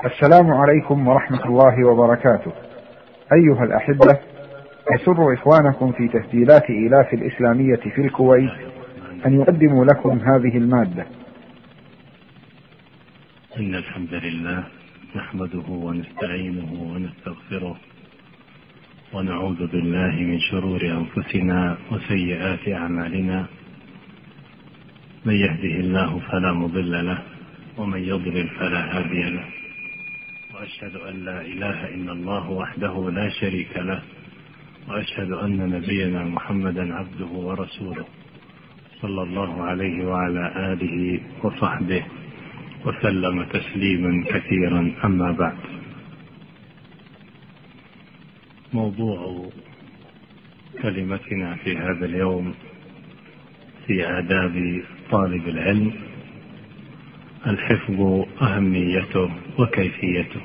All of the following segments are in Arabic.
السلام عليكم ورحمة الله وبركاته. أيها الأحبة، يسر إخوانكم في تسجيلات إيلاف الإسلامية في الكويت أن يقدموا لكم هذه المادة. إن الحمد لله نحمده ونستعينه ونستغفره ونعوذ بالله من شرور أنفسنا وسيئات أعمالنا. من يهده الله فلا مضل له ومن يضلل فلا هادي له، وأشهد أن لا إله إلا الله وحده لا شريك له، وأشهد أن نبينا محمدا عبده ورسوله صلى الله عليه وعلى آله وصحبه وسلم تسليما كثيرا. أما بعد، موضوع كلمتنا في هذا اليوم في آداب طالب العلم: الحفظ، أهميته وكيفيته.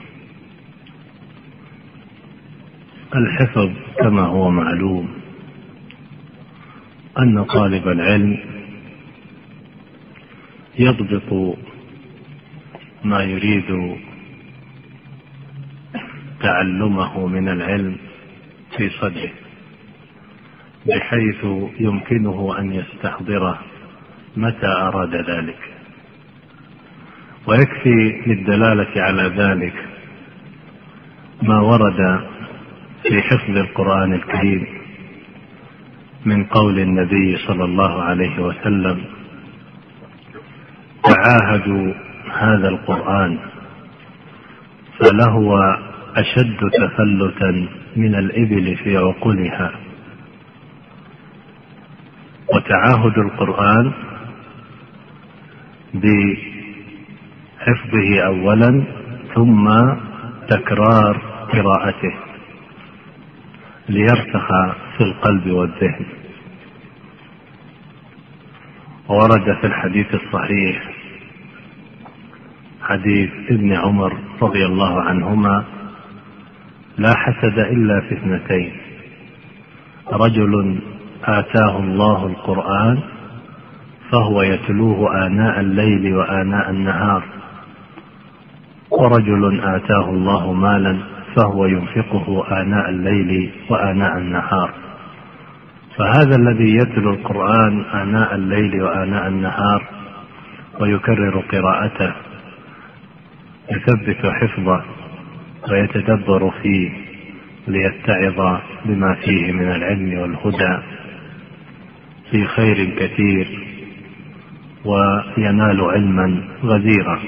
الحفظ كما هو معلوم أن طالب العلم يضبط ما يريد تعلمه من العلم في صدره بحيث يمكنه أن يستحضره متى أراد ذلك. ويكفي للدلالة على ذلك ما ورد في حفظ القرآن الكريم من قول النبي صلى الله عليه وسلم: تعاهدوا هذا القرآن فلهو أشد تفلتا من الإبل في عقلها. وتعاهد القرآن بحفظه أولا ثم تكرار قراءته ليرسخ في القلب والذهن. ورد في الحديث الصحيح حديث ابن عمر رضي الله عنهما: لا حسد إلا في اثنتين: رجل آتاه الله القرآن فهو يتلوه آناء الليل وآناء النهار، ورجل آتاه الله مالا فهو ينفقه آناء الليل وآناء النهار. فهذا الذي يتلو القرآن آناء الليل وآناء النهار ويكرر قراءته يثبت حفظه ويتدبر فيه ليتعظ بما فيه من العلم والهدى في خير كثير وينال علما غزيرا.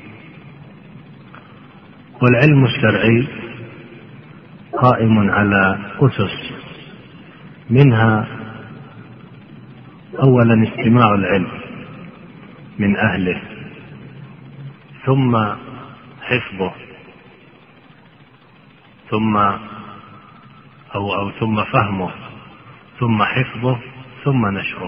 والعلم الشرعي قائم على أسس، منها أولا استماع العلم من أهله، ثم حفظه، ثم فهمه، ثم حفظه، ثم نشره.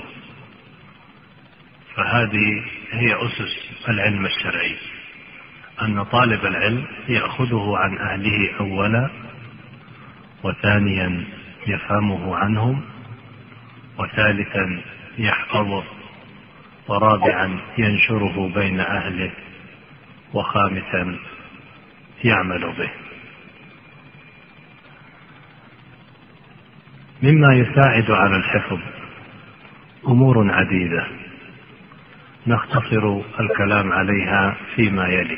فهذه هي أسس العلم الشرعي، أن طالب العلم يأخذه عن أهله أولا، وثانيا يفهمه عنهم، وثالثا يحفظه، ورابعا ينشره بين أهله، وخامسا يعمل به. مما يساعد على الحفظ أمور عديدة نختصر الكلام عليها فيما يلي.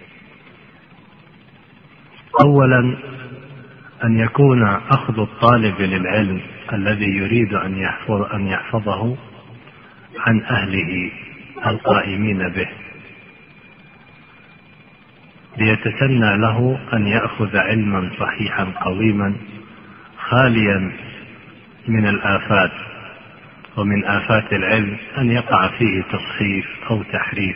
أولا، أن يكون أخذ الطالب للعلم الذي يريد أن يحفظه عن أهله القائمين به، ليتسنى له أن يأخذ علما صحيحا قويما خاليا من الآفات. ومن آفات العلم أن يقع فيه تصحيف أو تحريف.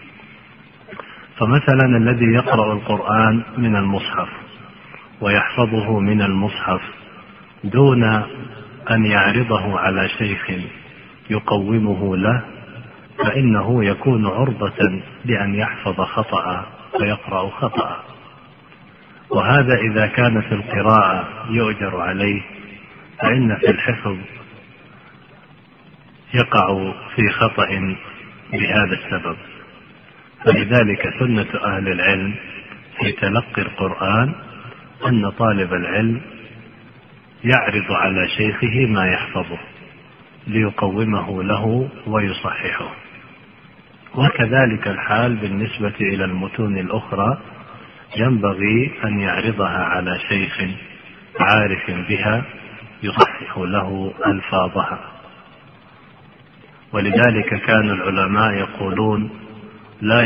فمثلا الذي يقرأ القرآن من المصحف ويحفظه من المصحف دون أن يعرضه على شيخ يقومه له، فإنه يكون عرضة لأن يحفظ خطأ ويقرأ خطأ. وهذا إذا كان في القراءة يؤجر عليه، فإن في الحفظ يقع في خطأ بهذا السبب. فلذلك سنة أهل العلم في تلقي القرآن أن طالب العلم يعرض على شيخه ما يحفظه ليقومه له ويصححه، وكذلك الحال بالنسبة إلى المتون الأخرى، ينبغي أن يعرضها على شيخ عارف بها يصحح له ألفاظها. ولذلك كان العلماء يقولون لا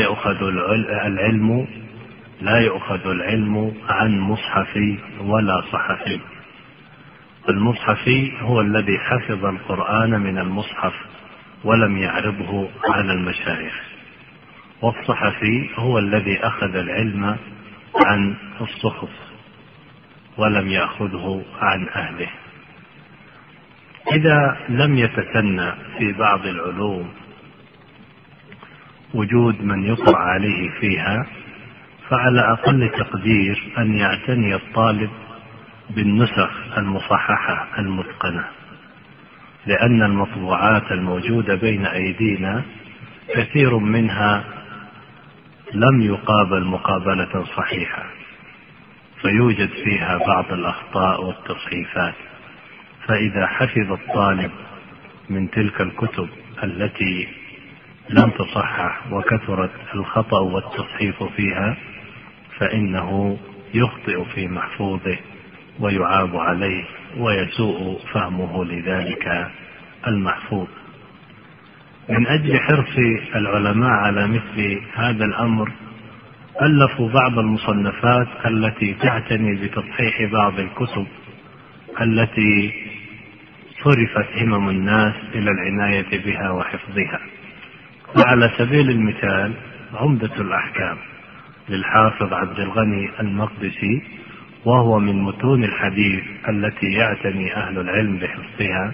يؤخذ العلم عن مصحفي ولا صحفي. المصحفي هو الذي حفظ القرآن من المصحف ولم يعرضه على المشايخ، والصحفي هو الذي أخذ العلم عن الصحف ولم يأخذه عن أهله. إذا لم يتسنى في بعض العلوم وجود من يقرأ عليه فيها، فعلى أقل تقدير أن يعتني الطالب بالنسخ المصححة المتقنة، لأن المطبوعات الموجودة بين أيدينا كثير منها لم يقابل مقابلة صحيحة، فيوجد فيها بعض الأخطاء والتصحيفات. فإذا حفظ الطالب من تلك الكتب التي لم تصحح وكثرت الخطأ والتصحيف فيها، فإنه يخطئ في محفوظه ويعاب عليه ويسوء فهمه لذلك المحفوظ. من أجل حرص العلماء على مثل هذا الأمر ألفوا بعض المصنفات التي تعتني بتصحيح بعض الكتب التي صرفت همم الناس إلى العناية بها وحفظها. وعلى سبيل المثال عمدة الأحكام للحافظ عبد الغني المقدسي، وهو من متون الحديث التي يعتني أهل العلم بحفظها.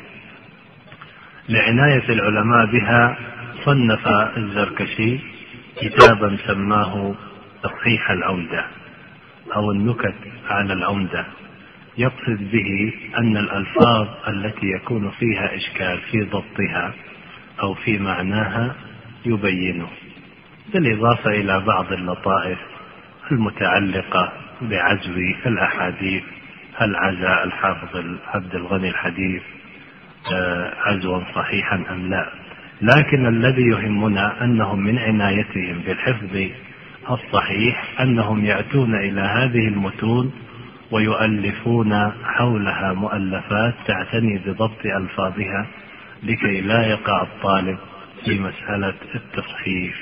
لعناية العلماء بها صنف الزركشي كتابا سماه تصحيح العمدة أو النكت على العمدة، يقصد به أن الألفاظ التي يكون فيها إشكال في ضبطها أو في معناها يبينه، بالإضافة إلى بعض اللطائف المتعلقة بعزو الأحاديث، هل عزا الحافظ عبد الغني الحديث عزوا صحيحا أم لا. لكن الذي يهمنا أنهم من عنايتهم بالحفظ الصحيح أنهم يأتون إلى هذه المتون ويؤلفون حولها مؤلفات تعتني بضبط ألفاظها لكي لا يقع الطالب في مسألة التصحيف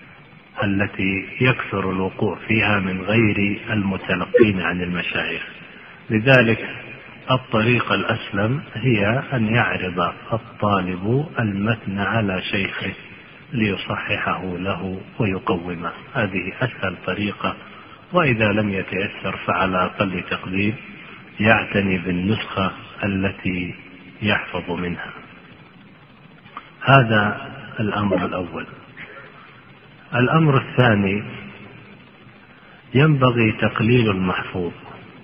التي يكثر الوقوع فيها من غير المتلقين عن المشايخ. لذلك الطريقة الأسلم هي أن يعرض الطالب المتن على شيخه ليصححه له ويقومه، هذه أسهل طريقة. وإذا لم يتيسر فعلى أقل تقدير يعتني بالنسخة التي يحفظ منها. هذا الأمر الأول. الأمر الثاني، ينبغي تقليل المحفوظ،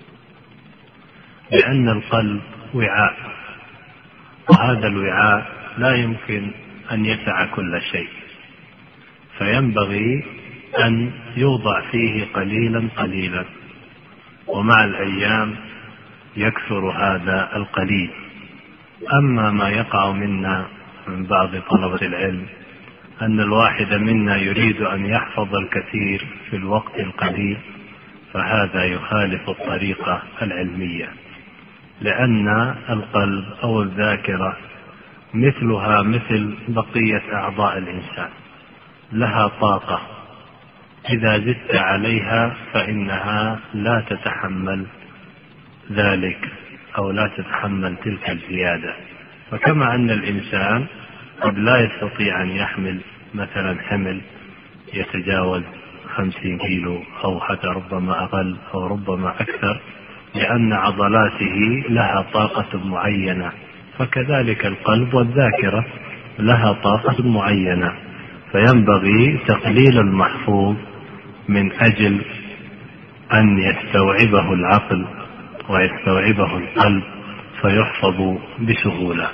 لأن القلب وعاء، وهذا الوعاء لا يمكن أن يسع كل شيء، فينبغي أن يوضع فيه قليلا قليلا، ومع الأيام يكثر هذا القليل. أما ما يقع منا من بعض طلبة العلم أن الواحد منا يريد أن يحفظ الكثير في الوقت القليل، فهذا يخالف الطريقة العلمية، لأن القلب أو الذاكرة مثلها مثل بقية أعضاء الإنسان، لها طاقة، إذا زدت عليها فإنها لا تتحمل ذلك أو لا تتحمل تلك الزيادة. فكما أن الإنسان قد لا يستطيع أن يحمل مثلا حمل يتجاوز 50 كيلو أو حتى ربما أقل أو ربما أكثر، لأن عضلاته لها طاقة معينة، فكذلك القلب والذاكرة لها طاقة معينة، فينبغي تقليل المحفوظ من أجل أن يستوعبه العقل ويستوعبه القلب فيحفظ بسهولة.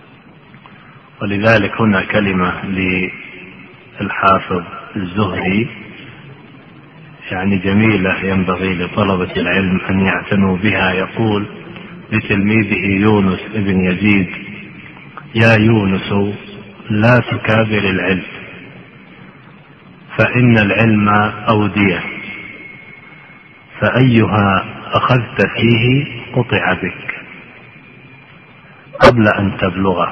ولذلك هنا كلمة للحافظ الزهري يعني جميلة ينبغي لطلبة العلم أن يعتنوا بها. يقول لتلميذه يونس ابن يزيد: يا يونس لا تكابر العلم، فإن العلم أودية، فأيها أخذت فيه قطع بك قبل أن تبلغه،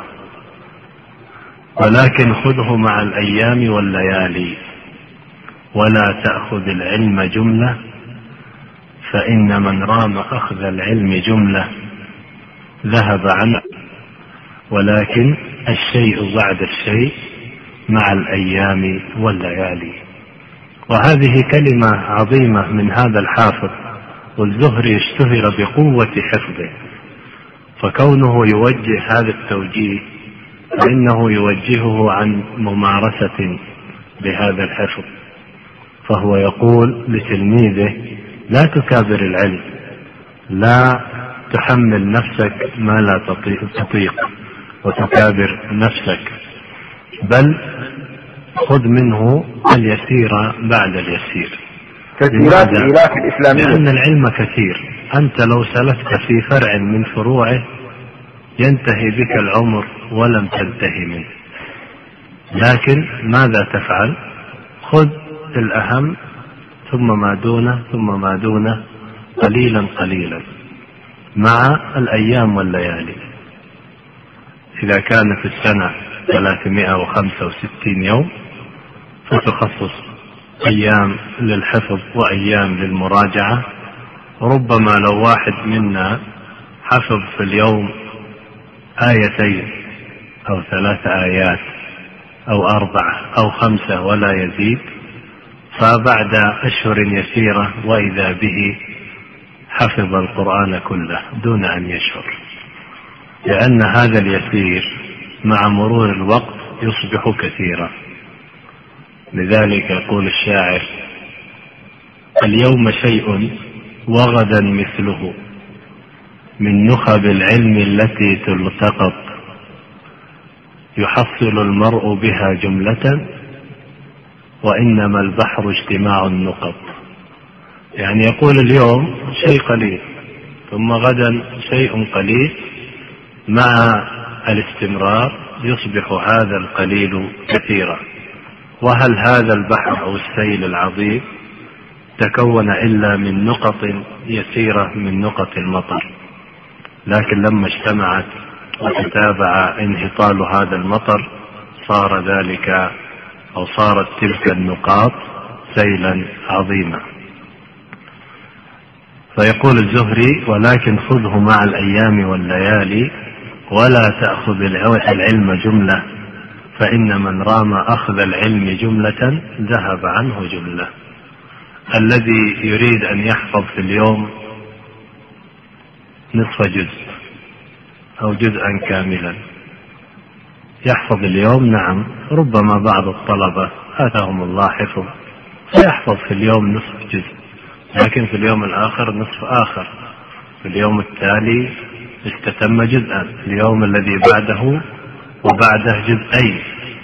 ولكن خذه مع الأيام والليالي، ولا تأخذ العلم جملة، فإن من رام أخذ العلم جملة ذهب عنه، ولكن الشيء بعد الشيء مع الأيام والليالي. وهذه كلمة عظيمة من هذا الحافظ، والزهري اشتهر بقوة حفظه، فكونه يوجه هذا التوجيه فإنه يوجهه عن ممارسة بهذا الحفظ. فهو يقول لتلميذه: لا تكابر العلم، لا تحمل نفسك ما لا تطيق وتكابر نفسك، بل خذ منه اليسير بعد اليسير. تسجيلات الإيلاف الإسلامية. لأن العلم كثير، أنت لو سلكت في فرع من فروعه ينتهي بك العمر ولم تنتهي منه، لكن ماذا تفعل؟ خذ الأهم ثم ما دونه ثم ما دونه قليلا قليلا مع الأيام والليالي. إذا كان في السنة 365 يوم فتخصص أيام للحفظ وأيام للمراجعة. ربما لو واحد منا حفظ في اليوم آيتين أو 3 آيات أو 4 أو 5 ولا يزيد، فبعد أشهر يسيرة وإذا به حفظ القرآن كله دون أن يشعر، لأن هذا اليسير مع مرور الوقت يصبح كثيرا. لذلك يقول الشاعر: اليوم شيء وغدا مثله، من نخب العلم التي تلتقط، يحصل المرء بها جملة، وإنما البحر اجتماع النقط. يعني يقول اليوم شيء قليل، ثم غدا شيء قليل، مع الاستمرار يصبح هذا القليل كثيرا. وهل هذا البحر أو السيل العظيم تكون إلا من نقط يسيرة من نقط المطر، لكن لما اجتمعت وتتابع انهطال هذا المطر صار ذلك أو صارت تلك النقاط سيلا عظيما. فيقول الزهري: ولكن خذه مع الأيام والليالي، ولا تأخذ العلم جملة، فإن من رام أخذ العلم جملة ذهب عنه جملة. الذي يريد أن يحفظ في اليوم نصف جزء أو جزءا كاملا يحفظ اليوم، نعم ربما بعض الطلبة آتاهم الله حفظ فيحفظ في اليوم نصف جزء، لكن في اليوم الآخر نصف آخر، في اليوم التالي استتم جزءا، اليوم الذي بعده وبعده جزئين،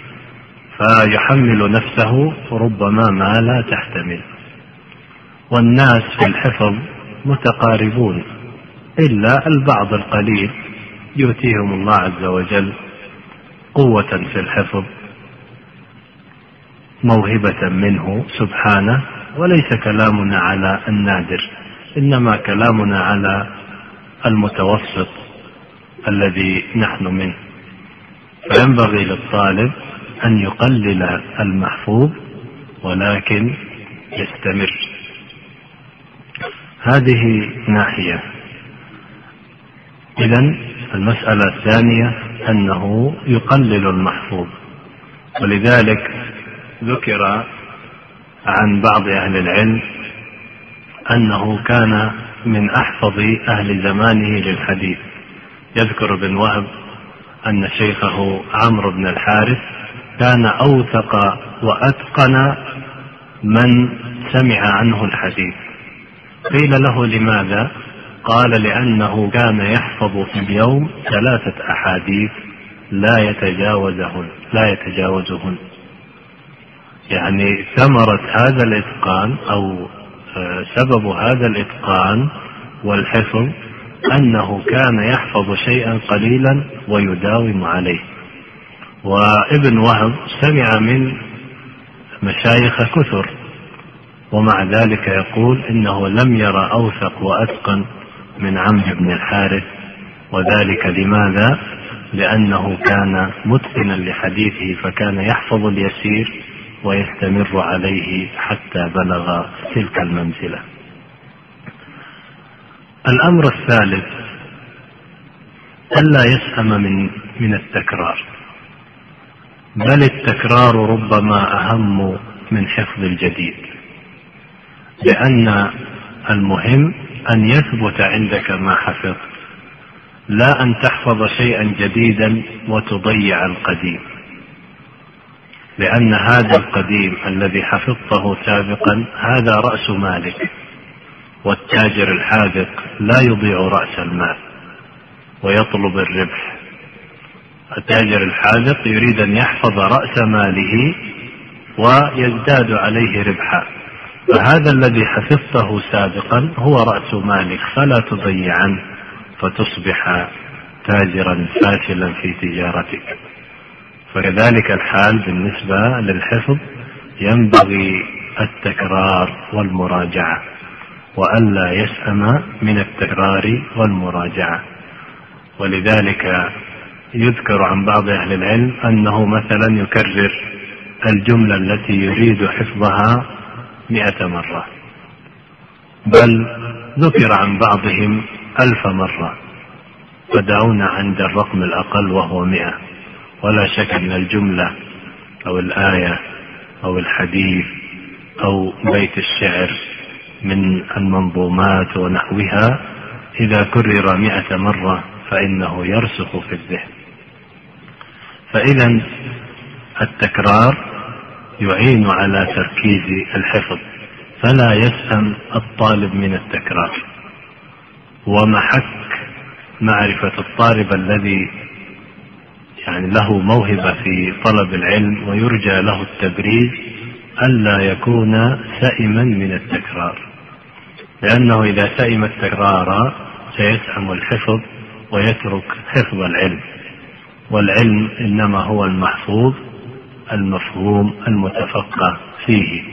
فيحمل نفسه ربما ما لا تحتمل. والناس في الحفظ متقاربون إلا البعض القليل يؤتيهم الله عز وجل قوة في الحفظ، موهبة منه سبحانه. وليس كلامنا على النادر، إنما كلامنا على المتوسط الذي نحن منه. فينبغي للطالب أن يقلل المحفوظ ولكن يستمر. هذه ناحية. إذن المسألة الثانية أنه يقلل المحفوظ، ولذلك ذكر عن بعض أهل العلم أنه كان من أحفظ أهل زمانه للحديث. يذكر ابن وهب أن شيخه عمرو بن الحارث كان أوثق وأتقن من سمع عنه الحديث. قيل له: لماذا؟ قال: لأنه كان يحفظ في اليوم 3 أحاديث لا يتجاوزهن. يعني ثمرة هذا الإتقان أو سبب هذا الإتقان والحفظ أنه كان يحفظ شيئا قليلا ويداوم عليه. وابن وهب سمع من مشايخ كثر، ومع ذلك يقول إنه لم يرى أوثق وأتقن من عمرو بن الحارث. وذلك لماذا؟ لأنه كان متقنا لحديثه، فكان يحفظ اليسير ويستمر عليه حتى بلغ تلك المنزلة. الأمر الثالث ألا يسأم من التكرار، بل التكرار ربما أهم من حفظ الجديد، لأن المهم أن يثبت عندك ما حفظت، لا أن تحفظ شيئا جديدا وتضيع القديم، لأن هذا القديم الذي حفظته سابقا هذا رأس مالك، والتاجر الحاذق لا يضيع رأس المال ويطلب الربح. التاجر الحاذق يريد أن يحفظ رأس ماله ويزداد عليه ربحا، فهذا الذي حفظته سابقا هو رأس مالك، فلا تضيعن فتصبح تاجرا فاشلا في تجارتك. فكذلك الحال بالنسبة للحفظ، ينبغي التكرار والمراجعة، وألا يسأم من التكرار والمراجعة. ولذلك يذكر عن بعض أهل العلم أنه مثلا يكرر الجملة التي يريد حفظها 100 مرة، بل ذكر عن بعضهم 1000 مرة، فدعونا عند الرقم الأقل وهو 100. ولا شك أن الجملة أو الآية أو الحديث أو بيت الشعر من المنظومات ونحوها إذا كرر 100 مرة فإنه يرسخ في الذهن. فإذا التكرار يعين على تركيز الحفظ، فلا يسأم الطالب من التكرار. ومحك معرفة الطالب الذي له موهبة في طلب العلم ويرجى له التبريز ألا يكون سائما من التكرار، لأنه إذا سئم التكرار سيسأم الحفظ ويترك حفظ العلم. والعلم إنما هو المحفوظ المفهوم المتفقه فيه.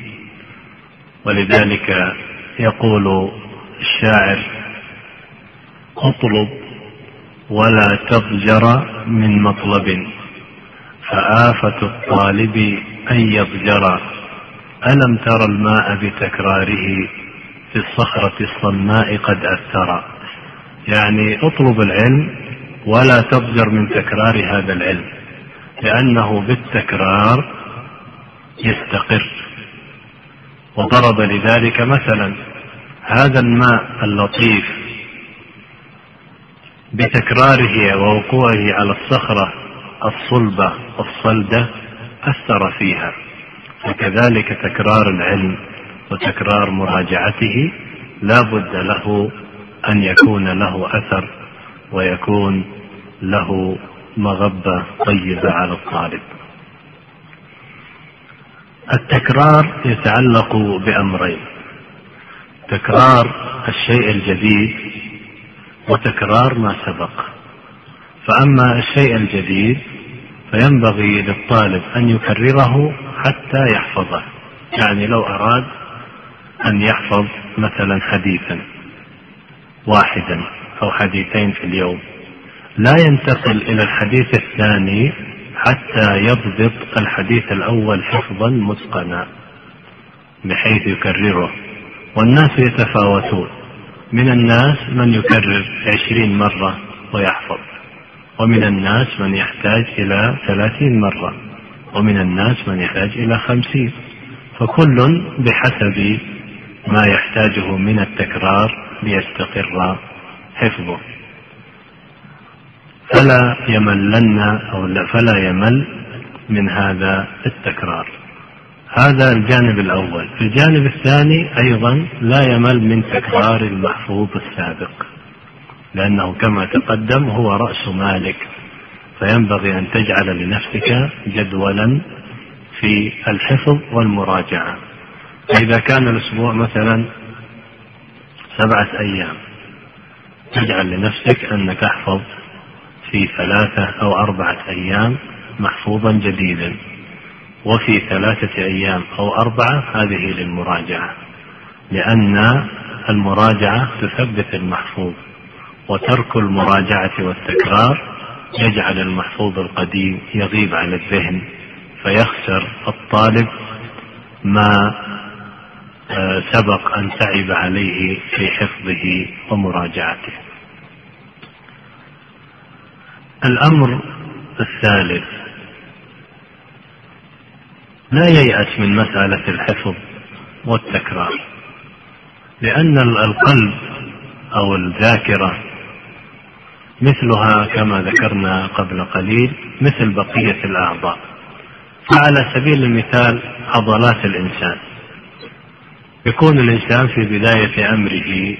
ولذلك يقول الشاعر: اطلب ولا تضجر من مطلب، فآفة الطالب أن يضجر، ألم تر الماء بتكراره في الصخرة الصماء قد أثر. يعني اطلب العلم ولا تضجر من تكرار هذا العلم، لأنه بالتكرار يستقر. وضرب لذلك مثلا: هذا الماء اللطيف بتكراره ووقوعه على الصخرة الصلبة الصلدة أثر فيها. فكذلك تكرار العلم وتكرار مراجعته لا بد له أن يكون له أثر ويكون له مغبة طيبة على الطالب. التكرار يتعلق بأمرين: تكرار الشيء الجديد وتكرار ما سبق. فأما الشيء الجديد فينبغي للطالب أن يكرره حتى يحفظه. يعني لو أراد أن يحفظ مثلا حديثا واحدا أو حديثين في اليوم، لا ينتقل إلى الحديث الثاني حتى يضبط الحديث الأول حفظا متقنا بحيث يكرره. والناس يتفاوتون، من الناس من يكرر 20 مرة ويحفظ، ومن الناس من يحتاج إلى 30 مرة، ومن الناس من يحتاج إلى 50. فكل بحسب ما يحتاجه من التكرار ليستقر حفظه. فلا يملن أو فلا يمل من هذا التكرار. هذا الجانب الأول. في الجانب الثاني أيضا لا يمل من تكرار المحفوظ السابق، لأنه كما تقدم هو رأس مالك، فينبغي أن تجعل لنفسك جدولا في الحفظ والمراجعة. فإذا كان الأسبوع مثلا 7 أيام تجعل لنفسك أنك احفظ في 3 أو 4 أيام محفوظا جديدا، وفي 3 أيام أو 4 هذه للمراجعة، لأن المراجعة تثبت المحفوظ، وترك المراجعة والتكرار يجعل المحفوظ القديم يغيب عن الذهن، فيخسر الطالب ما سبق أن تعب عليه في حفظه ومراجعته. الأمر الثالث: لا ييأس من مسألة الحفظ والتكرار، لأن القلب أو الذاكرة مثلها كما ذكرنا قبل قليل مثل بقية الأعضاء. فعلى سبيل المثال عضلات الإنسان، يكون الإنسان في بداية أمره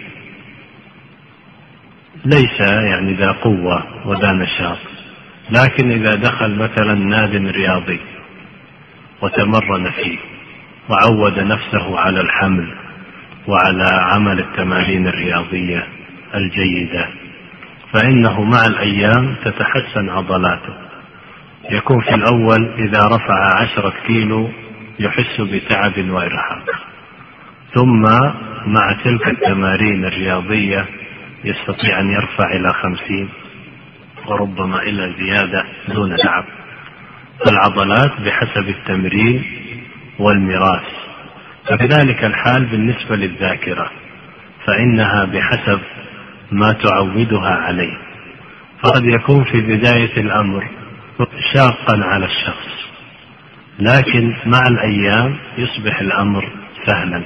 ليس يعني ذا قوة وذا نشاط، لكن إذا دخل مثلا ناد رياضي وتمرن فيه وعود نفسه على الحمل وعلى عمل التمارين الرياضية الجيدة، فإنه مع الأيام تتحسن عضلاته. يكون في الأول إذا رفع 10 كيلو يحس بتعب وإرهاق، ثم مع تلك التمارين الرياضية يستطيع أن يرفع إلى 50 وربما إلى زيادة دون تعب. العضلات بحسب التمرين والمراس. فكذلك الحال بالنسبة للذاكرة، فإنها بحسب ما تعودها عليه. فقد يكون في بداية الأمر شاقا على الشخص، لكن مع الأيام يصبح الأمر سهلا.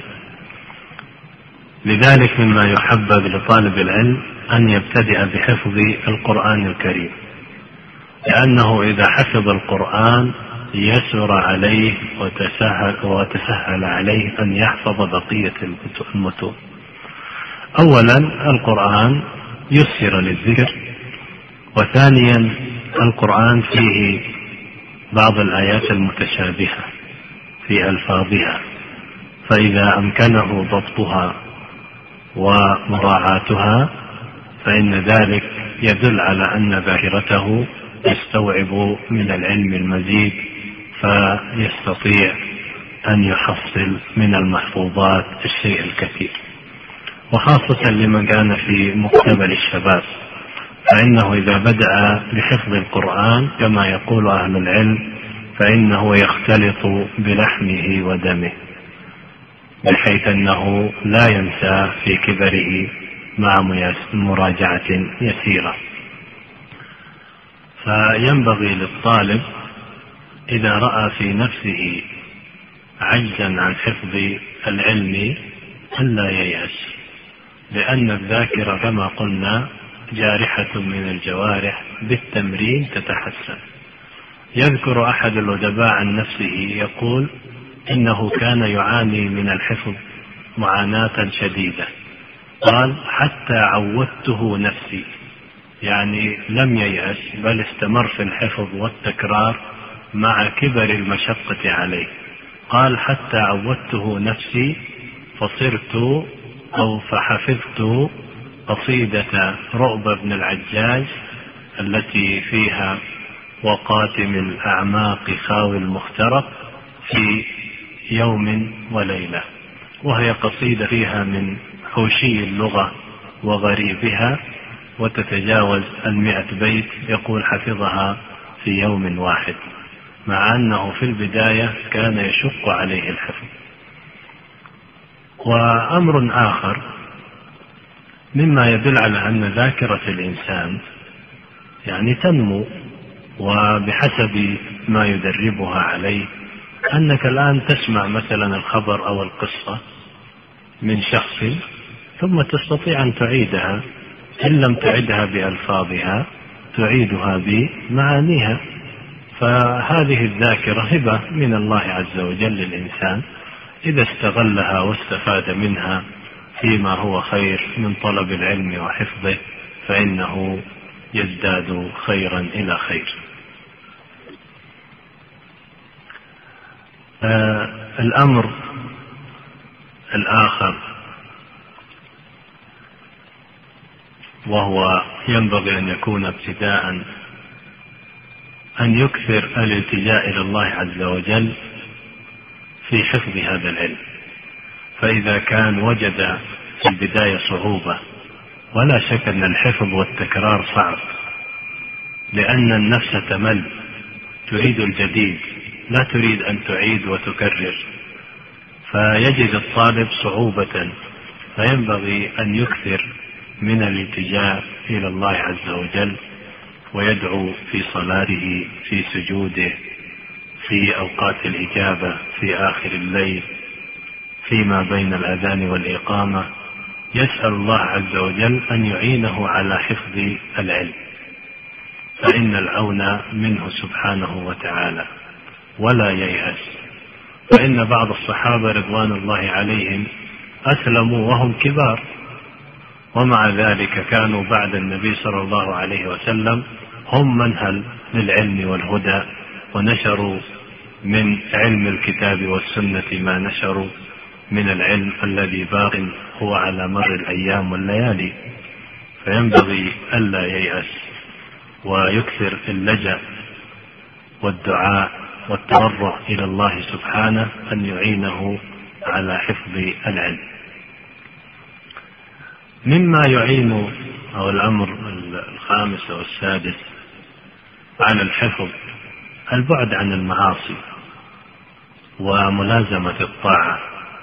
لذلك مما يحبب لطالب العلم أن يبتدئ بحفظ القرآن الكريم، لأنه إذا حفظ القرآن يسر عليه وتسهل عليه أن يحفظ بقية المتون. أولا القرآن يسر للذكر، وثانيا القرآن فيه بعض الآيات المتشابهة في ألفاظها، فإذا أمكنه ضبطها ومراعاتها فإن ذلك يدل على أن ذاكرته يستوعب من العلم المزيد، فيستطيع أن يحصل من المحفوظات الشيء الكثير. وخاصة لمن كان في مقتبل الشباب، فإنه إذا بدأ بحفظ القرآن كما يقول أهل العلم فإنه يختلط بلحمه ودمه، بحيث أنه لا ينسى في كبره مع مراجعة يسيرة. فينبغي للطالب إذا رأى في نفسه عجزا عن حفظ العلم أن لا ييأس، لأن الذاكرة كما قلنا جارحة من الجوارح، بالتمرين تتحسن. يذكر أحد الأدباء عن نفسه يقول إنه كان يعاني من الحفظ معاناة شديدة، قال حتى عودته نفسي، يعني لم ييأس بل استمر في الحفظ والتكرار مع كبر المشقة عليه. قال حتى عودته نفسي فصرت أو فحفظت قصيدة رؤبة بن العجاج التي فيها وقاتم الأعماق خاوي المخترق في يوم وليلة، وهي قصيدة فيها من حوشي اللغة وغريبها، وتتجاوز 100 بيت، يقول حفظها في يوم واحد، مع أنه في البداية كان يشق عليه الحفظ. وأمر آخر مما يدل على أن ذاكرة الإنسان يعني تنمو وبحسب ما يدربها عليه، أنك الآن تسمع مثلا الخبر أو القصة من شخص ثم تستطيع أن تعيدها، إن لم تعدها بألفاظها تعيدها بمعانيها. فهذه الذاكرة هبة من الله عز وجل للإنسان، إذا استغلها واستفاد منها فيما هو خير من طلب العلم وحفظه فإنه يزداد خيرا إلى خير. الأمر الآخر وهو ينبغي أن يكون ابتداء أن يكثر الالتجاء إلى الله عز وجل في حفظ هذا العلم. فإذا كان وجد في البداية صعوبة، ولا شك أن الحفظ والتكرار صعب، لأن النفس تمل، تريد الجديد، لا تريد أن تعيد وتكرر، فيجد الطالب صعوبة، فينبغي أن يكثر من الالتجاء إلى الله عز وجل، ويدعو في صلاته، في سجوده، في أوقات الإجابة، في آخر الليل، فيما بين الأذان والإقامة، يسأل الله عز وجل أن يعينه على حفظ العلم، فإن العون منه سبحانه وتعالى، ولا ييأس. فإن بعض الصحابة رضوان الله عليهم أسلموا وهم كبار، ومع ذلك كانوا بعد النبي صلى الله عليه وسلم هم منهل للعلم والهدى، ونشروا من علم الكتاب والسنة ما نشروا من العلم الذي باق هو على مر الأيام والليالي. فينبغي ألا ييأس، ويكثر اللجأ والدعاء والتضرع إلى الله سبحانه أن يعينه على حفظ العلم. مما يعين، أو الأمر الخامس أو السادس على الحفظ، البعد عن المعاصي وملازمة الطاعة،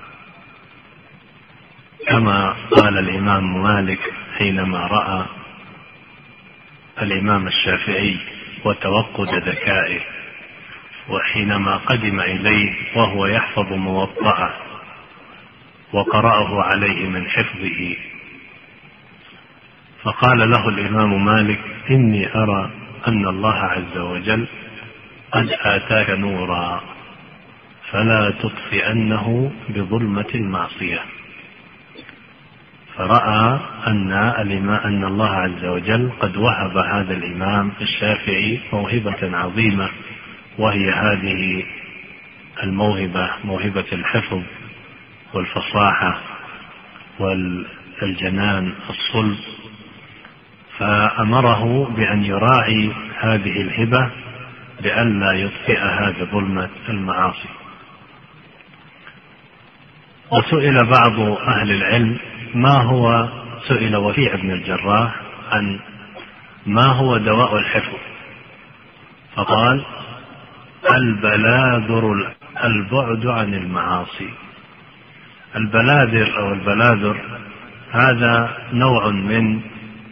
كما قال الإمام مالك حينما رأى الإمام الشافعي وتوقد ذكائه، وحينما قدم إليه وهو يحفظ موطأه وقرأه عليه من حفظه، فقال له الإمام مالك: إني أرى أن الله عز وجل قد آتاك نورا فلا تطفئنه بظلمة المعصية. فرأى أن الله عز وجل قد وهب هذا الإمام الشافعي موهبة عظيمة، وهي هذه الموهبة، موهبة الحفظ والفصاحة والجنان الصلب، فأمره بأن يراعي هذه الهبة لئلا يطفئها بظلمة المعاصي. وسئل بعض أهل العلم سئل وكيع بن الجراح عن ما هو دواء الحفظ، فقال: البلاذر، البعد عن المعاصي. البلاذر أو البلاذر هذا نوع من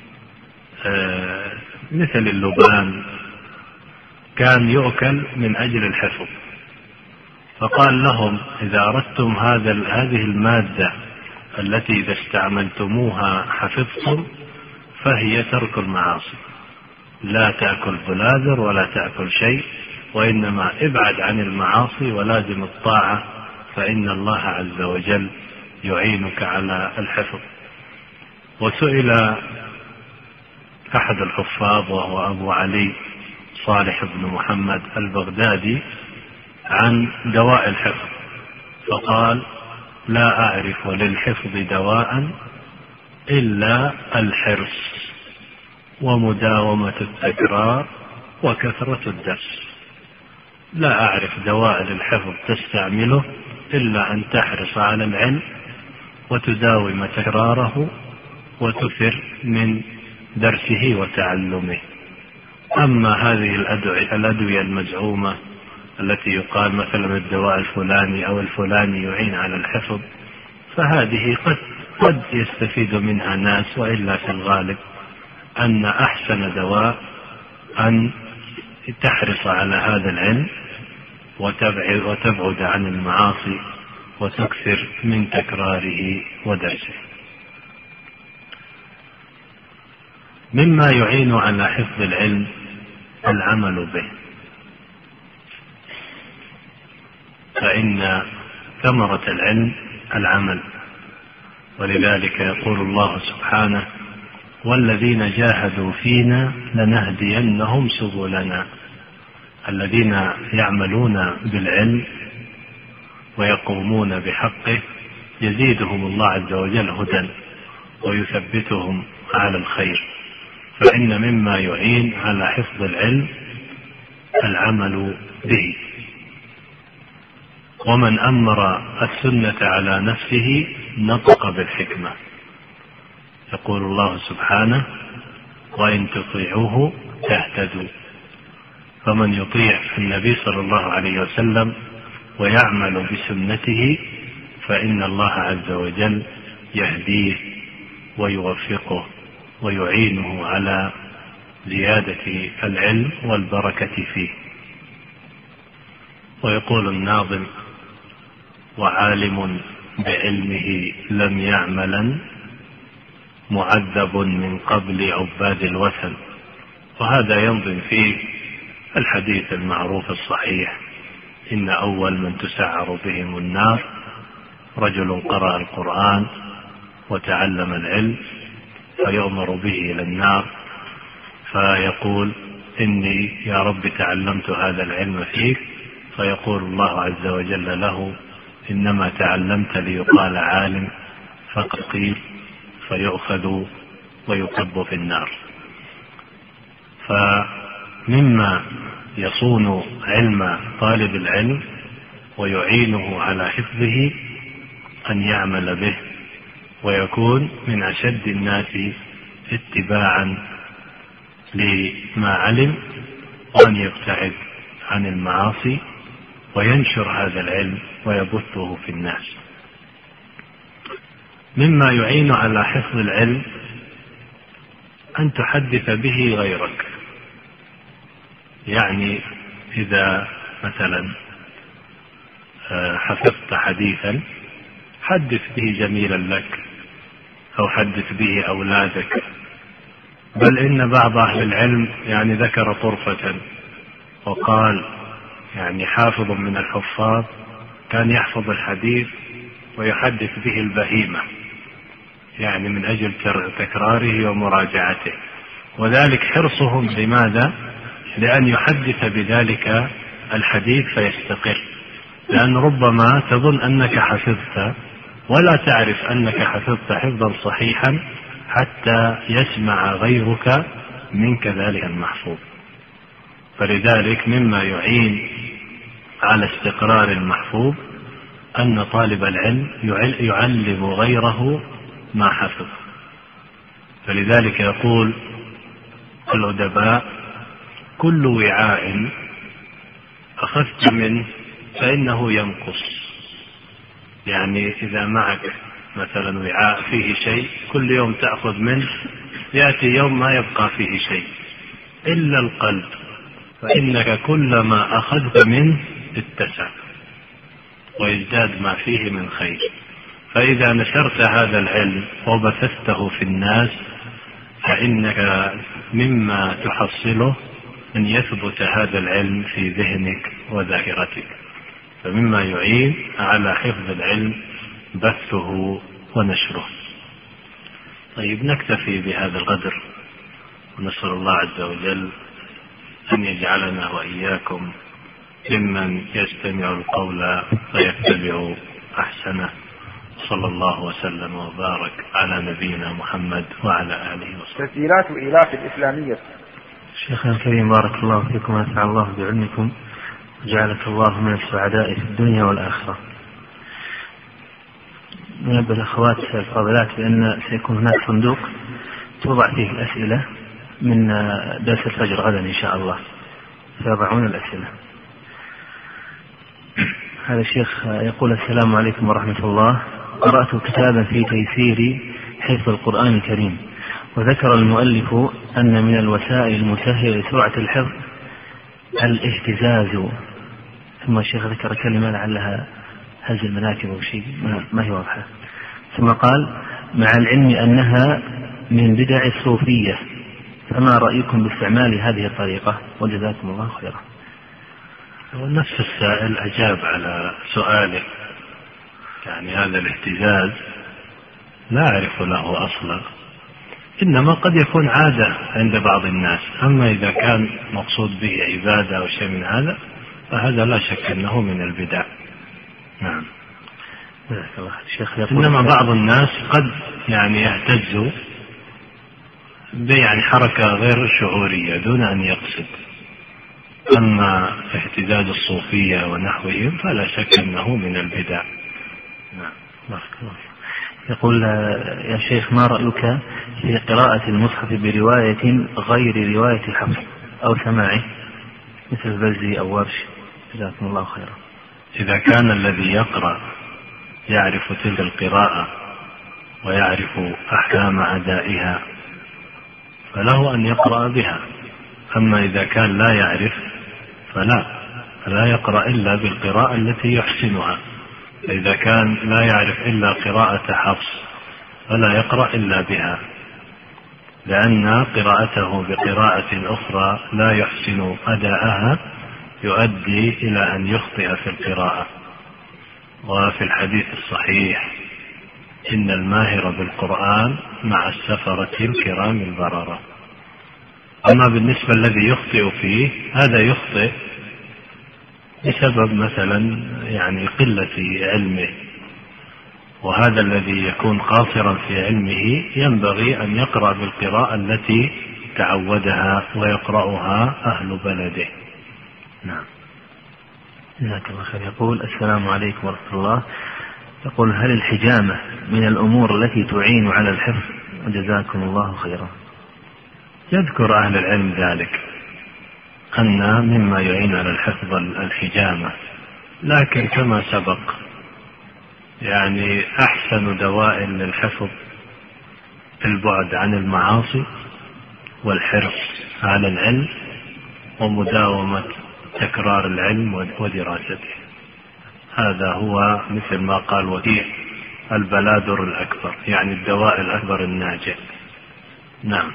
مثل اللبان، كان يؤكل من أجل الحفظ، فقال لهم: إذا أردتم هذه المادة التي إذا استعملتموها حفظتم، فهي ترك المعاصي، لا تأكل بلاذر ولا تأكل شيء، وإنما ابعد عن المعاصي ولازم الطاعة، فإن الله عز وجل يعينك على الحفظ. وسئل أحد الحفاظ وهو أبو علي صالح بن محمد البغدادي عن دواء الحفظ، فقال: لا أعرف للحفظ دواء إلا الحرص ومداومة التكرار وكثرة الدرس. لا أعرف دواء للحفظ تستعمله إلا أن تحرص على العلم وتداوم تكراره وتكثر من درسه وتعلمه. أما هذه الأدوية المزعومة التي يقال مثلا الدواء الفلاني أو الفلاني يعين على الحفظ، فهذه قد يستفيد منها ناس، وإلا في الغالب أن أحسن دواء أن تحرص على هذا العلم وتبعد عن المعاصي وتكثر من تكراره ودرسه. مما يعين على حفظ العلم العمل به، فإن ثمرة العلم العمل، ولذلك يقول الله سبحانه: والذين جاهدوا فينا لنهدينهم سبلنا. الذين يعملون بالعلم ويقومون بحقه يزيدهم الله عز وجل هدى ويثبتهم على الخير، فإن مما يعين على حفظ العلم العمل به. ومن أمر السنة على نفسه نطق بالحكمة. يقول الله سبحانه: وإن تطيعوه تهتدوا. فمن يطيع النبي صلى الله عليه وسلم ويعمل بسنته فإن الله عز وجل يهديه ويوفقه ويعينه على زيادة العلم والبركة فيه. ويقول الناظم: وعالم بعلمه لم يعملا معذب من قبل عباد الوثن. وهذا ينظم فيه الحديث المعروف الصحيح: إن أول من تسعر بهم النار رجل قرأ القرآن وتعلم العلم فيؤمر به إلى النار فيقول: إني يا رب تعلمت هذا العلم فيك، فيقول الله عز وجل له: إنما تعلمت ليقال عالم، فقد قيل، فيؤخذ ويكب في النار. فمما يصون علم طالب العلم ويعينه على حفظه أن يعمل به، ويكون من أشد الناس اتباعا لما علم، وأن يبتعد عن المعاصي وينشر هذا العلم ويبثه في الناس. مما يعين على حفظ العلم أن تحدث به غيرك. يعني إذا مثلا حفظت حديثا حدث به زميلا لك أو حدث به أولادك. بل إن بعض أهل العلم يعني ذكر طرفة وقال: يعني حافظ من الحفاظ كان يحفظ الحديث ويحدث به البهيمة، يعني من أجل تكراره ومراجعته، وذلك حرصهم لماذا؟ لأن يحدث بذلك الحديث فيستقر. لأن ربما تظن أنك حفظت ولا تعرف أنك حفظت حفظا صحيحا حتى يسمع غيرك منك ذلك المحفوظ. فلذلك مما يعين على استقرار المحفوظ أن طالب العلم يعلم غيره ما حفظ. فلذلك يقول الأدباء: كل وعاء أخذت منه فإنه ينقص. يعني إذا معك مثلا وعاء فيه شيء كل يوم تأخذ منه، يأتي يوم ما يبقى فيه شيء إلا القلب، فإنك كلما أخذت منه اتسع ويزداد ما فيه من خير. فإذا نشرت هذا العلم وبثثته في الناس فإنك مما تحصله أن يثبت هذا العلم في ذهنك وذاكرتك. فمما يعين على حفظ العلم بثه ونشره. طيب، نكتفي بهذا القدر، ونسأل الله عز وجل أن يجعلنا وإياكم ممن يستمع القول فيتبع أحسنه. صلى الله وسلم وبارك على نبينا محمد وعلى آله وصحبه. تسجيلات إيلاف الإسلامية. شيخنا الكريم بارك الله فيكم ونفع الله بعلمكم وجعلك الله من السعداء في الدنيا والآخرة. ننبه الأخوات الفاضلات بأن سيكون هناك صندوق توضع فيه الأسئلة من درس الفجر غدا إن شاء الله، فيضعون الأسئلة. هذا الشيخ يقول: السلام عليكم ورحمة الله. قرأت كتابا في تيسير حفظ القرآن الكريم، وذكر المؤلف أن من الوسائل المسهلة لسرعة الحفظ الاهتزاز. ثم الشيخ ذكر كلمة لعلها هز المناكب أو شيء ما هي واضحة. ثم قال: مع العلم أنها من بدع الصوفية، فما رأيكم باستعمال هذه الطريقة؟ وجزاكم الله خيرا. ونفس السائل أجاب على سؤاله. يعني هذا الاهتزاز لا أعرف له أصلا، إنما قد يكون عادة عند بعض الناس. أما إذا كان مقصود به عبادة أو شيء من هذا فهذا لا شك أنه من البدع. نعم. إنما بعض الناس قد يعني يهتز يعني حركة غير شعورية دون أن يقصد. أما اهتداد الصوفية ونحوهم فلا شك أنه من البدع. نعم. بارك الله. يقول يا شيخ ما رأيك في قراءة المصحف برواية غير رواية الحفص أو سماعه مثل البزي أو ورش؟ جزاكم الله خيرا. إذا كان الذي يقرأ يعرف تلك القراءة ويعرف أحكام أدائها فله أن يقرأ بها. أما إذا كان لا يعرف فلا يقرأ إلا بالقراءة التي يحسنها. فإذا كان لا يعرف إلا قراءة حفص فلا يقرأ إلا بها، لأن قراءته بقراءة أخرى لا يحسن أداءها يؤدي إلى أن يخطئ في القراءة. وفي الحديث الصحيح إن الماهر بالقرآن مع السفرة الكرام البررة. أما بالنسبة الذي يخطئ فيه هذا يخطئ بسبب مثلا يعني قلة علمه، وهذا الذي يكون قاصرا في علمه ينبغي أن يقرأ بالقراءة التي تعودها ويقرأها أهل بلده. نعم. جزاك الله خير. يقول السلام عليكم ورحمة الله. يقول هل الحجامة من الأمور التي تعين على الحفظ؟ جزاكم الله خيرا. يذكر أهل العلم ذلك أن مما يعين على الحفظ الحجامة، لكن كما سبق يعني أحسن دواء للحفظ البعد عن المعاصي والحرص على العلم ومداومة تكرار العلم ودراسته. هذا هو مثل ما قال وكيع البلادر الأكبر، يعني الدواء الأكبر الناجع. نعم.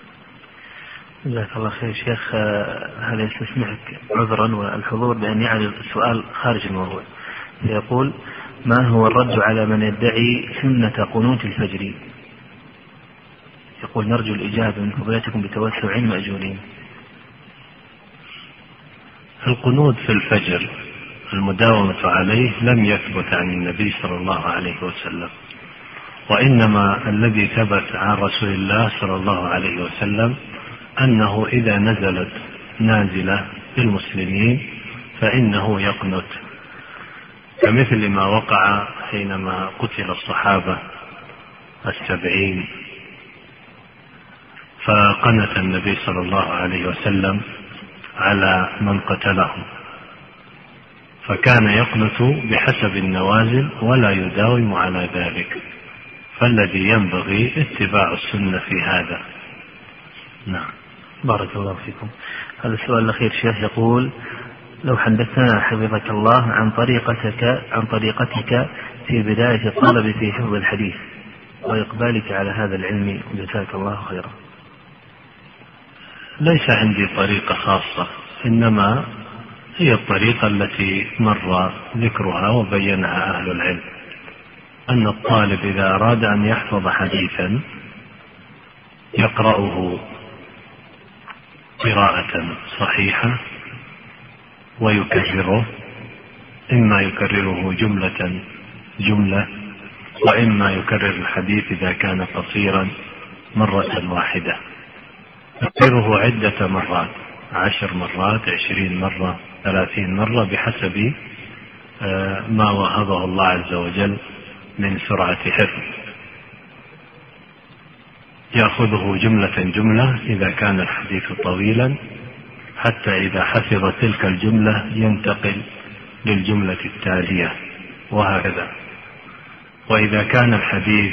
جزاك الله خير. شيخ هل يستسمحك عذرا والحضور بأن يعرض السؤال خارج الموضوع؟ يقول ما هو الرد على من يدعي سنة قنوت الفجر؟ يقول نرجو الإجابة من فضيلتكم بتوسع مأجورين. القنوت في الفجر المداومة عليه لم يثبت عن النبي صلى الله عليه وسلم، وإنما الذي ثبت عن رسول الله صلى الله عليه وسلم أنه إذا نزلت نازلة بالمسلمين فإنه يقنت، كمثل ما وقع حينما قتل الصحابة 70 فقنت النبي صلى الله عليه وسلم على من قتلهم، فكان يقنت بحسب النوازل ولا يداوم على ذلك، فالذي ينبغي اتباع السنة في هذا. نعم. بارك الله فيكم. هذا السؤال الأخير شيخ يقول لو حدثنا حفظك الله عن طريقتك في بداية الطلب في حفظ الحديث وإقبالك على هذا العلم، جزاك الله خيرا. ليس عندي طريقة خاصة، إنما هي الطريقة التي مر ذكرها وبينها أهل العلم، أن الطالب إذا أراد أن يحفظ حديثا يقرأه قراءة صحيحة ويكرره، إما يكرره جملة وإما يكرر الحديث إذا كان قصيرا مرة واحدة، يكرره عدة مرات، 10 مرات 20 مرة 30 مرة بحسب ما وهبه الله عز وجل من سرعة حفظ. يأخذه جملة إذا كان الحديث طويلا، حتى إذا حفظ تلك الجملة ينتقل للجملة التالية، وهكذا. وإذا كان الحديث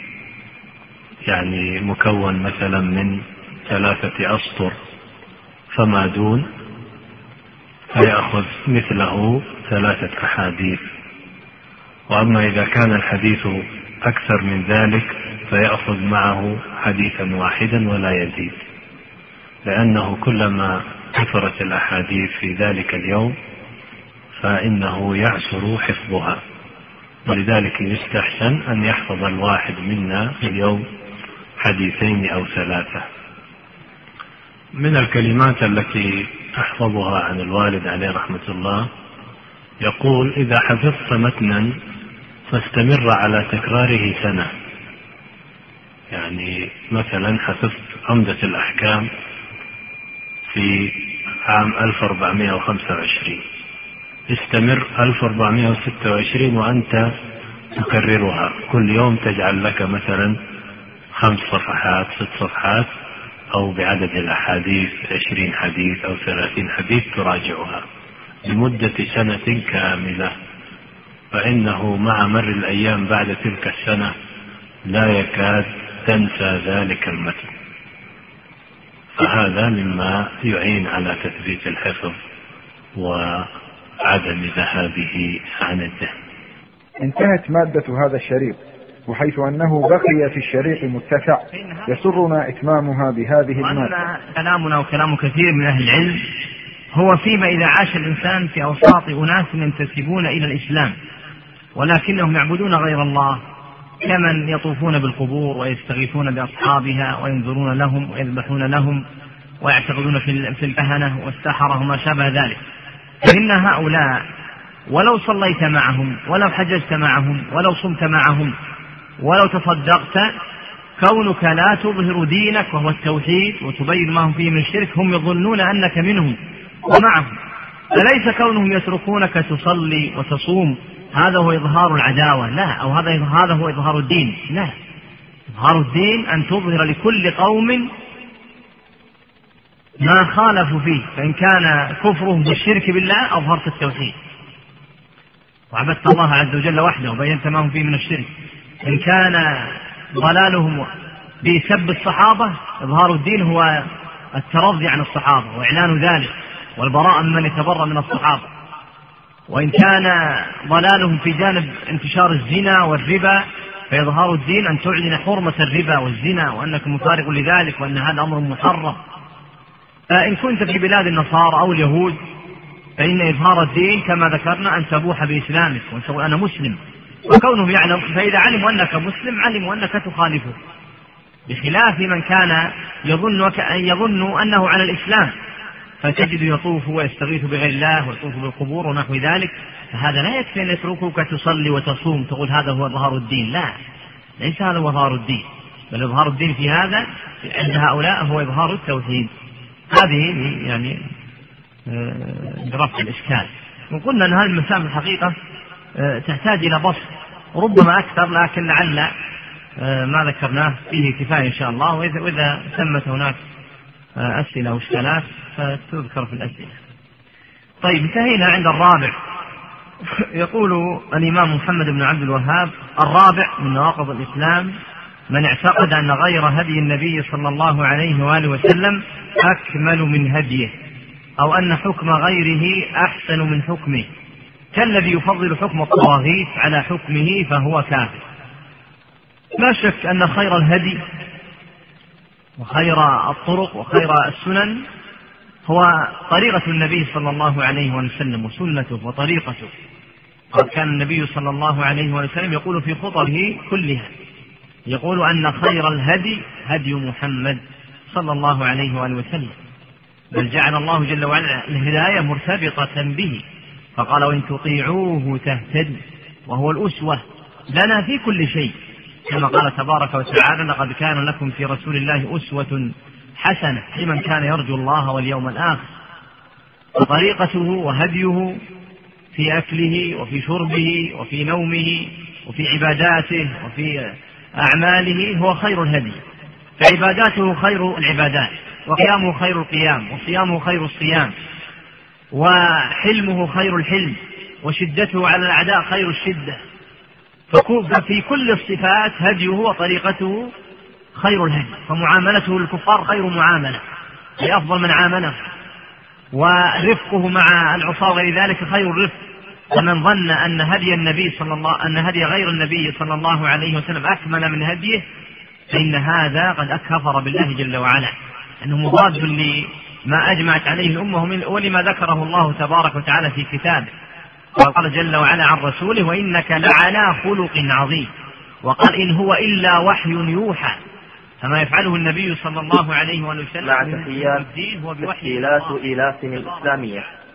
يعني مكون مثلا من 3 أسطر فما دون، فيأخذ مثله 3 أحاديث. وأما إذا كان الحديث أكثر من ذلك فيأخذ معه حديثا واحدا ولا يزيد، لأنه كلما كثرت الأحاديث في ذلك اليوم فإنه يعسر حفظها، ولذلك يستحسن أن يحفظ الواحد منا في اليوم 2 أو 3. من الكلمات التي أحفظها عن الوالد عليه رحمة الله يقول إذا حفظت متنا فاستمر على تكراره 1 سنة، يعني مثلا حفظت عمدة الأحكام في عام 1425، استمر 1426 وأنت تكررها كل يوم، تجعل لك مثلا 5 صفحات 6 صفحات، أو بعدد الأحاديث 20 حديث أو 30 حديث تراجعها لمدة سنة كاملة، فإنه مع مر الأيام بعد تلك السنة لا يكاد تنسى ذلك المتن، فهذا مما يعين على تثبيت الحفظ وعدم ذهابه عن الذهن. انتهت مادة هذا الشريط، وحيث أنه بقي في الشريط متسع يسرنا إتمامها بهذه المادة. وأن كلامنا وكلام كثير من أهل العلم هو فيما إذا عاش الإنسان في أوساط أناس ينتسبون إلى الإسلام ولكنهم يعبدون غير الله، كمن يطوفون بالقبور ويستغيثون بأصحابها وينذرون لهم ويذبحون لهم ويعتقدون في الكهنة والسحرة وما شابه ذلك، فإن هؤلاء ولو صليت معهم ولو حججت معهم ولو صمت معهم ولو تصدقت، كونك لا تظهر دينك وهو التوحيد وتبين ما هم فيه من الشرك، هم يظنون أنك منهم ومعهم. فليس كونهم يتركونك تصلي وتصوم هذا هو إظهار العداوة، لا، أو هذا هو إظهار الدين، لا. إظهار الدين أن تظهر لكل قوم ما خالفوا فيه، فإن كان كفرهم بالشرك بالله أظهرت التوحيد وعبدت الله عز وجل وحده وبينت ما هم فيه من الشرك، إن كان ضلالهم بسب الصحابة إظهار الدين هو الترضي عن الصحابة وإعلان ذلك والبراءة ممن يتبرأ من الصحابة، وإن كان ضلالهم في جانب انتشار الزنا والربا فإظهار الدين أن تعلن حرمة الربا والزنا وأنك مفارق لذلك وأن هذا أمر محرم. فإن كنت في بلاد النصارى أو اليهود فإن إظهار الدين كما ذكرنا أن تبوح بإسلامك وتقول أنا مسلم، وكونهم يعلم، فإذا علموا أنك مسلم علموا أنك تخالفه، بخلاف من كان يظن أنه على الإسلام فتجد يطوف ويستغيث بغير الله ويطوف بالقبور ونحو ذلك، فهذا لا يكفي أن يتركك تصلي وتصوم تقول هذا هو إظهار الدين، لا، ليس هذا هو إظهار الدين، بل إظهار الدين في هذا عند هؤلاء هو إظهار التوحيد. هذه يعني برفع الإشكال. وقلنا أن هذه المسائل الحقيقة تحتاج إلى بسط ربما أكثر، لكن لعل ما ذكرناه فيه كفاية إن شاء الله، وإذا ثمت هناك أسئلة واشكالات فتذكر في الأسئلة. طيب، انتهينا عند الرابع. يقول الإمام محمد بن عبد الوهاب: الرابع من نواقض الإسلام من اعتقد أن غير هدي النبي صلى الله عليه وآله وسلم أكمل من هديه، أو أن حكم غيره أحسن من حكمه، كالذي يفضل حكم الطواغيت على حكمه فهو كافر. لا شك أن خير الهدي وخير الطرق وخير السنن هو طريقة النبي صلى الله عليه وسلم وسنته وطريقته. قد كان النبي صلى الله عليه وسلم يقول في خطبه كلها، يقول أن خير الهدي هدي محمد صلى الله عليه وآله وسلم، بل جعل الله جل وعلا الهداية مرتبطة به، فقال: وإن تطيعوه تهتدوا، وهو الأسوة لنا في كل شيء، كما قال تبارك وتعالى: لقد كان لكم في رسول الله أسوة حسنة لمن كان يرجو الله واليوم الآخر. وطريقته وهديه في أكله وفي شربه وفي نومه وفي عباداته وفي أعماله هو خير الهدي، فعباداته خير العبادات، وقيامه خير القيام، وصيامه خير الصيام، وحلمه خير الحلم، وشدته على الأعداء خير الشدة، ففي كل الصفات هديه وطريقته خير الهدي، فمعاملته للكفار خير معاملة، أي أفضل من عامله، ورفقه مع العصاة غير ذلك خير الرفق. ومن ظن أن هدي غير النبي صلى الله عليه وسلم أكمل من هديه فإن هذا قد كفر بالله جل وعلا، أنه مضاد لما أجمعت عليه الأمة ولما ذكره الله تبارك وتعالى في كتابه. وقال جل وعلا عن رسوله: وإنك لعلى خلق عظيم، وقال: إن هو إلا وحي يوحى. فما يفعله النبي صلى الله عليه وسلم مع تحيات تسجيلات إيلافن الإسلامية.